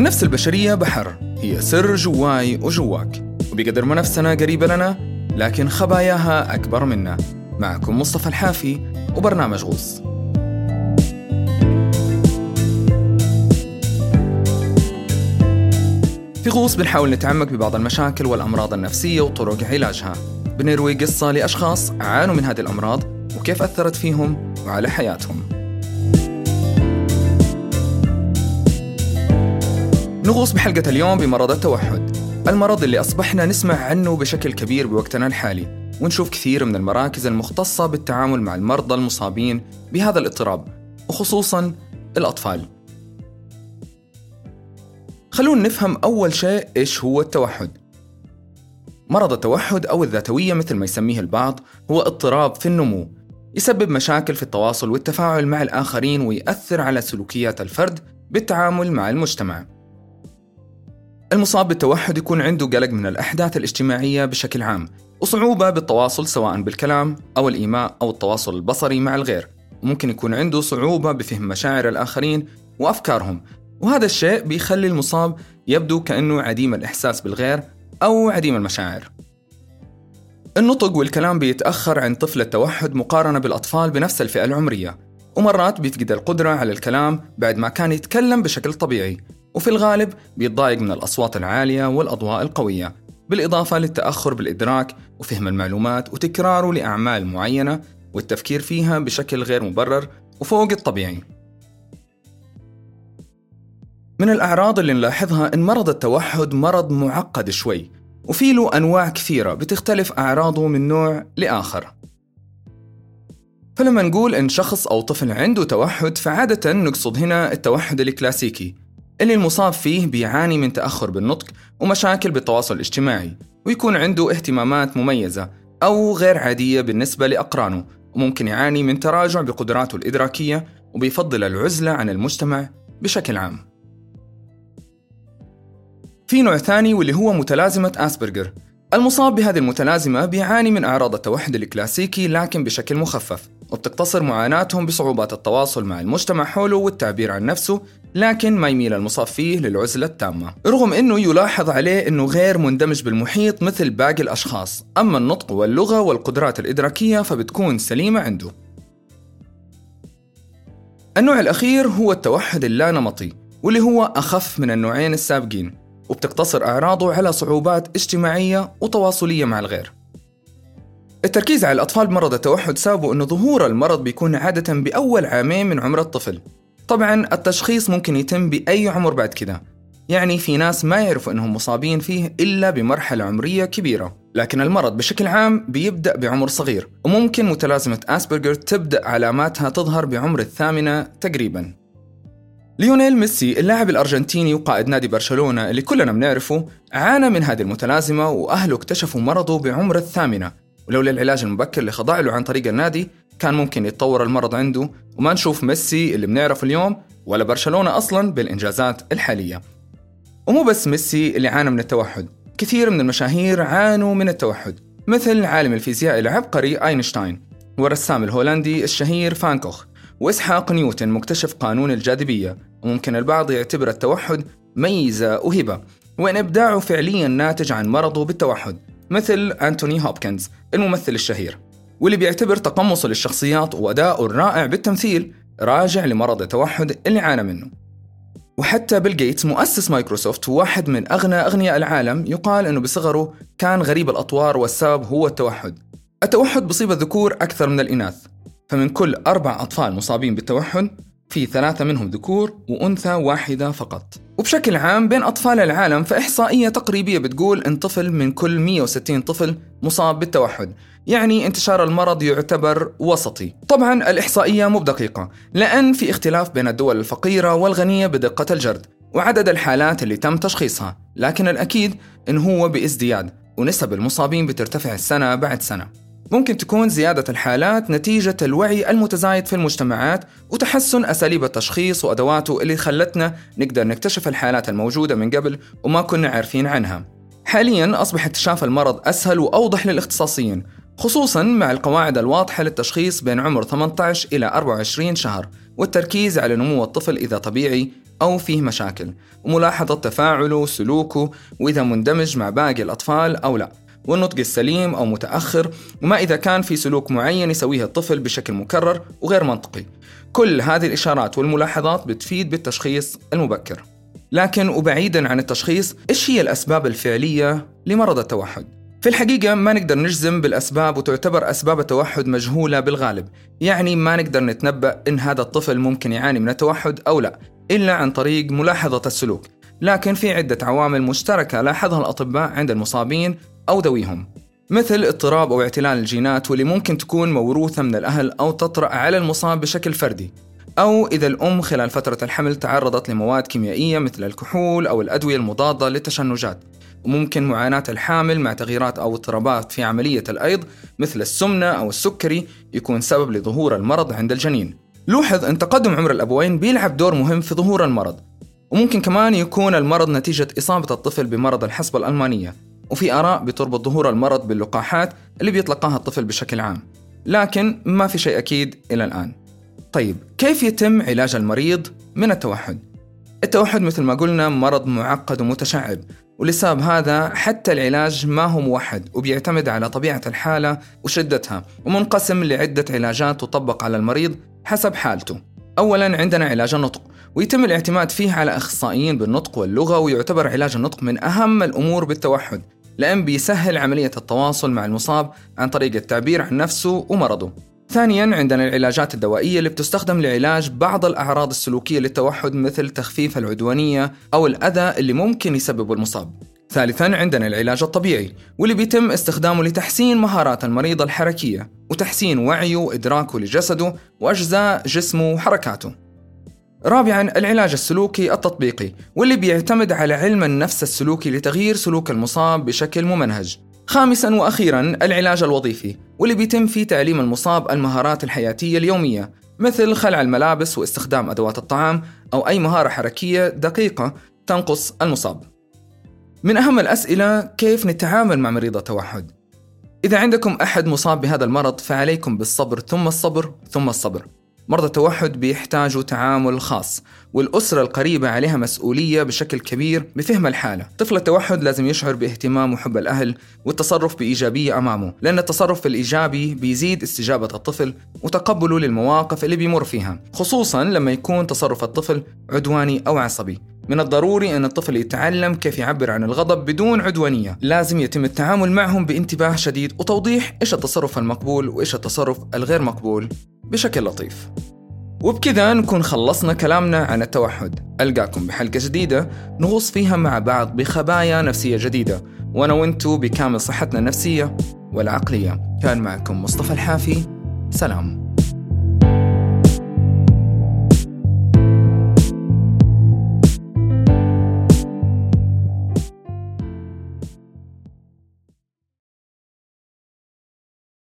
النفس البشرية بحر، هي سر جواي وجواك، وبقدر ما نفسنا قريبة لنا لكن خباياها أكبر منا. معكم مصطفى الحافي وبرنامج غوص. في غوص بنحاول نتعمق ببعض المشاكل والأمراض النفسية وطرق علاجها. بنروي قصة لأشخاص عانوا من هذه الأمراض وكيف أثرت فيهم وعلى حياتهم. نغوص بحلقة اليوم بمرض التوحد، المرض اللي أصبحنا نسمع عنه بشكل كبير بوقتنا الحالي، ونشوف كثير من المراكز المختصة بالتعامل مع المرضى المصابين بهذا الاضطراب، وخصوصاً الأطفال. خلونا نفهم أول شيء إيش هو التوحد. مرض التوحد أو الذاتوية مثل ما يسميه البعض هو اضطراب في النمو، يسبب مشاكل في التواصل والتفاعل مع الآخرين ويأثر على سلوكيات الفرد بالتعامل مع المجتمع. المصاب بالتوحد يكون عنده قلق من الأحداث الاجتماعية بشكل عام، وصعوبة بالتواصل سواء بالكلام أو الإيماء أو التواصل البصري مع الغير، وممكن يكون عنده صعوبة بفهم مشاعر الآخرين وأفكارهم، وهذا الشيء بيخلي المصاب يبدو كأنه عديم الإحساس بالغير أو عديم المشاعر. النطق والكلام بيتأخر عند طفل التوحد مقارنة بالأطفال بنفس الفئة العمرية، ومرات بيفقد القدرة على الكلام بعد ما كان يتكلم بشكل طبيعي، وفي الغالب بيتضايق من الأصوات العالية والأضواء القوية، بالإضافة للتأخر بالإدراك وفهم المعلومات وتكراره لأعمال معينة والتفكير فيها بشكل غير مبرر وفوق الطبيعي. من الأعراض اللي نلاحظها إن مرض التوحد مرض معقد شوي، وفي له أنواع كثيرة بتختلف أعراضه من نوع لآخر. فلما نقول إن شخص أو طفل عنده توحد فعادة نقصد هنا التوحد الكلاسيكي اللي المصاب فيه بيعاني من تأخر بالنطق ومشاكل بالتواصل الاجتماعي، ويكون عنده اهتمامات مميزة أو غير عادية بالنسبة لأقرانه، وممكن يعاني من تراجع بقدراته الإدراكية وبيفضل العزلة عن المجتمع بشكل عام. في نوع ثاني واللي هو متلازمة أسبرغر. المصاب بهذه المتلازمة بيعاني من أعراض التوحد الكلاسيكي لكن بشكل مخفف، وبتقتصر معاناتهم بصعوبات التواصل مع المجتمع حوله والتعبير عن نفسه، لكن ما يميل المصاب فيه للعزلة التامة، رغم أنه يلاحظ عليه أنه غير مندمج بالمحيط مثل باقي الأشخاص. أما النطق واللغة والقدرات الإدراكية فبتكون سليمة عنده. النوع الأخير هو التوحد اللانمطي، واللي هو أخف من النوعين السابقين، وبتقتصر أعراضه على صعوبات اجتماعية وتواصلية مع الغير. التركيز على الأطفال بمرض التوحد سببه أن ظهور المرض بيكون عادة بأول عامين من عمر الطفل. طبعاً التشخيص ممكن يتم بأي عمر بعد كده، يعني في ناس ما يعرفوا أنهم مصابين فيه إلا بمرحلة عمرية كبيرة، لكن المرض بشكل عام بيبدأ بعمر صغير، وممكن متلازمة أسبرغر تبدأ علاماتها تظهر بعمر 8 تقريباً. ليونيل ميسي اللاعب الأرجنتيني وقائد نادي برشلونة اللي كلنا بنعرفه عانى من هذه المتلازمة، وأهله اكتشفوا مرضه بعمر 8، ولولا العلاج المبكر اللي خضع له عن طريق النادي كان ممكن يتطور المرض عنده وما نشوف ميسي اللي بنعرفه اليوم ولا برشلونة أصلاً بالإنجازات الحالية. ومو بس ميسي اللي عانى من التوحد، كثير من المشاهير عانوا من التوحد، مثل عالم الفيزياء العبقري أينشتاين، والرسام الهولندي الشهير فان كوخ، وإسحاق نيوتن مكتشف قانون الجاذبية. وممكن البعض يعتبر التوحد ميزة وهبة، وإن إبداعه فعلياً ناتج عن مرضه بالتوحد، مثل أنتوني هوبكنز الممثل الشهير، واللي بيعتبر تقمص للشخصيات وأداؤه الرائع بالتمثيل راجع لمرض التوحد اللي عانى منه. وحتى بيل غيتس مؤسس مايكروسوفت وواحد من أغنى أغنياء العالم يقال أنه بصغره كان غريب الأطوار والسبب هو التوحد. التوحد بصيب الذكور أكثر من الإناث، فمن كل 4 أطفال مصابين بالتوحد في 3 منهم ذكور وأنثى واحدة فقط. وبشكل عام بين أطفال العالم فإحصائية تقريبية بتقول أن طفل من كل 160 طفل مصاب بالتوحد، يعني انتشار المرض يعتبر وسطي. طبعا الإحصائية مو بدقيقة، لأن في اختلاف بين الدول الفقيرة والغنية بدقة الجرد وعدد الحالات اللي تم تشخيصها، لكن الأكيد أنه هو بازدياد، ونسب المصابين بترتفع سنة بعد سنة. ممكن تكون زيادة الحالات نتيجة الوعي المتزايد في المجتمعات وتحسن أساليب التشخيص وأدواته اللي خلتنا نقدر نكتشف الحالات الموجودة من قبل وما كنا عارفين عنها. حالياً أصبح اكتشاف المرض أسهل وأوضح للاختصاصيين، خصوصاً مع القواعد الواضحة للتشخيص بين عمر 18 إلى 24 شهر، والتركيز على نمو الطفل إذا طبيعي أو فيه مشاكل، وملاحظة تفاعله وسلوكه وإذا مندمج مع باقي الأطفال أو لا، والنطق السليم أو متأخر، وما إذا كان في سلوك معين يسويه الطفل بشكل مكرر وغير منطقي. كل هذه الإشارات والملاحظات بتفيد بالتشخيص المبكر. لكن وبعيداً عن التشخيص، إيش هي الأسباب الفعلية لمرض التوحد؟ في الحقيقة ما نقدر نجزم بالأسباب، وتعتبر أسباب التوحد مجهولة بالغالب، يعني ما نقدر نتنبأ إن هذا الطفل ممكن يعاني من التوحد أو لا إلا عن طريق ملاحظة السلوك. لكن في عدة عوامل مشتركة لاحظها الأطباء عند المصابين أو ذويهم، مثل اضطراب أو اعتلال الجينات، واللي ممكن تكون موروثة من الأهل أو تطرأ على المصاب بشكل فردي، أو إذا الأم خلال فترة الحمل تعرضت لمواد كيميائية مثل الكحول أو الأدوية المضادة للتشنجات. وممكن معاناة الحامل مع تغييرات أو اضطرابات في عملية الأيض مثل السمنة أو السكري يكون سبب لظهور المرض عند الجنين. لوحظ أن تقدم عمر الأبوين بيلعب دور مهم في ظهور المرض، وممكن كمان يكون المرض نتيجة إصابة الطفل بمرض الحصبة الألمانية، وفي آراء بتربط ظهور المرض باللقاحات اللي بيتلقاها الطفل بشكل عام، لكن ما في شيء أكيد إلى الآن. طيب كيف يتم علاج المريض من التوحد؟ التوحد مثل ما قلنا مرض معقد ومتشعب، ولسبب هذا حتى العلاج ما هو موحد، وبيعتمد على طبيعة الحالة وشدتها، ومنقسم لعدة علاجات تطبق على المريض حسب حالته. أولاً عندنا علاج النطق، ويتم الاعتماد فيه على أخصائيين بالنطق واللغة، ويعتبر علاج النطق من أهم الأمور بالتوحد، لأن بيسهل عملية التواصل مع المصاب عن طريق التعبير عن نفسه ومرضه. ثانياً عندنا العلاجات الدوائية اللي بتستخدم لعلاج بعض الأعراض السلوكية للتوحد مثل تخفيف العدوانية أو الأذى اللي ممكن يسببه المصاب. ثالثاً عندنا العلاج الطبيعي، واللي بيتم استخدامه لتحسين مهارات المريض الحركية وتحسين وعيه وإدراكه لجسده وأجزاء جسمه وحركاته. رابعاً العلاج السلوكي التطبيقي، واللي بيعتمد على علم النفس السلوكي لتغيير سلوك المصاب بشكل ممنهج. خامساً وأخيراً العلاج الوظيفي، واللي بيتم فيه تعليم المصاب المهارات الحياتية اليومية مثل خلع الملابس واستخدام أدوات الطعام أو أي مهارة حركية دقيقة تنقص المصاب. من أهم الأسئلة كيف نتعامل مع مريض التوحد؟ إذا عندكم أحد مصاب بهذا المرض فعليكم بالصبر ثم الصبر ثم الصبر. مرضى التوحد بيحتاجوا تعامل خاص، والأسرة القريبة عليها مسؤولية بشكل كبير بفهم الحالة. طفل التوحد لازم يشعر باهتمام وحب الأهل والتصرف بإيجابية أمامه، لأن التصرف الإيجابي بيزيد استجابة الطفل وتقبله للمواقف اللي بيمر فيها، خصوصاً لما يكون تصرف الطفل عدواني أو عصبي. من الضروري أن الطفل يتعلم كيف يعبر عن الغضب بدون عدوانية. لازم يتم التعامل معهم بانتباه شديد وتوضيح إيش التصرف المقبول وإيش التصرف الغير مقبول بشكل لطيف. وبكذا نكون خلصنا كلامنا عن التوحد. ألقاكم بحلقة جديدة نغوص فيها مع بعض بخبايا نفسية جديدة، وأنا وإنتو بكامل صحتنا النفسية والعقلية. كان معكم مصطفى الحافي. سلام.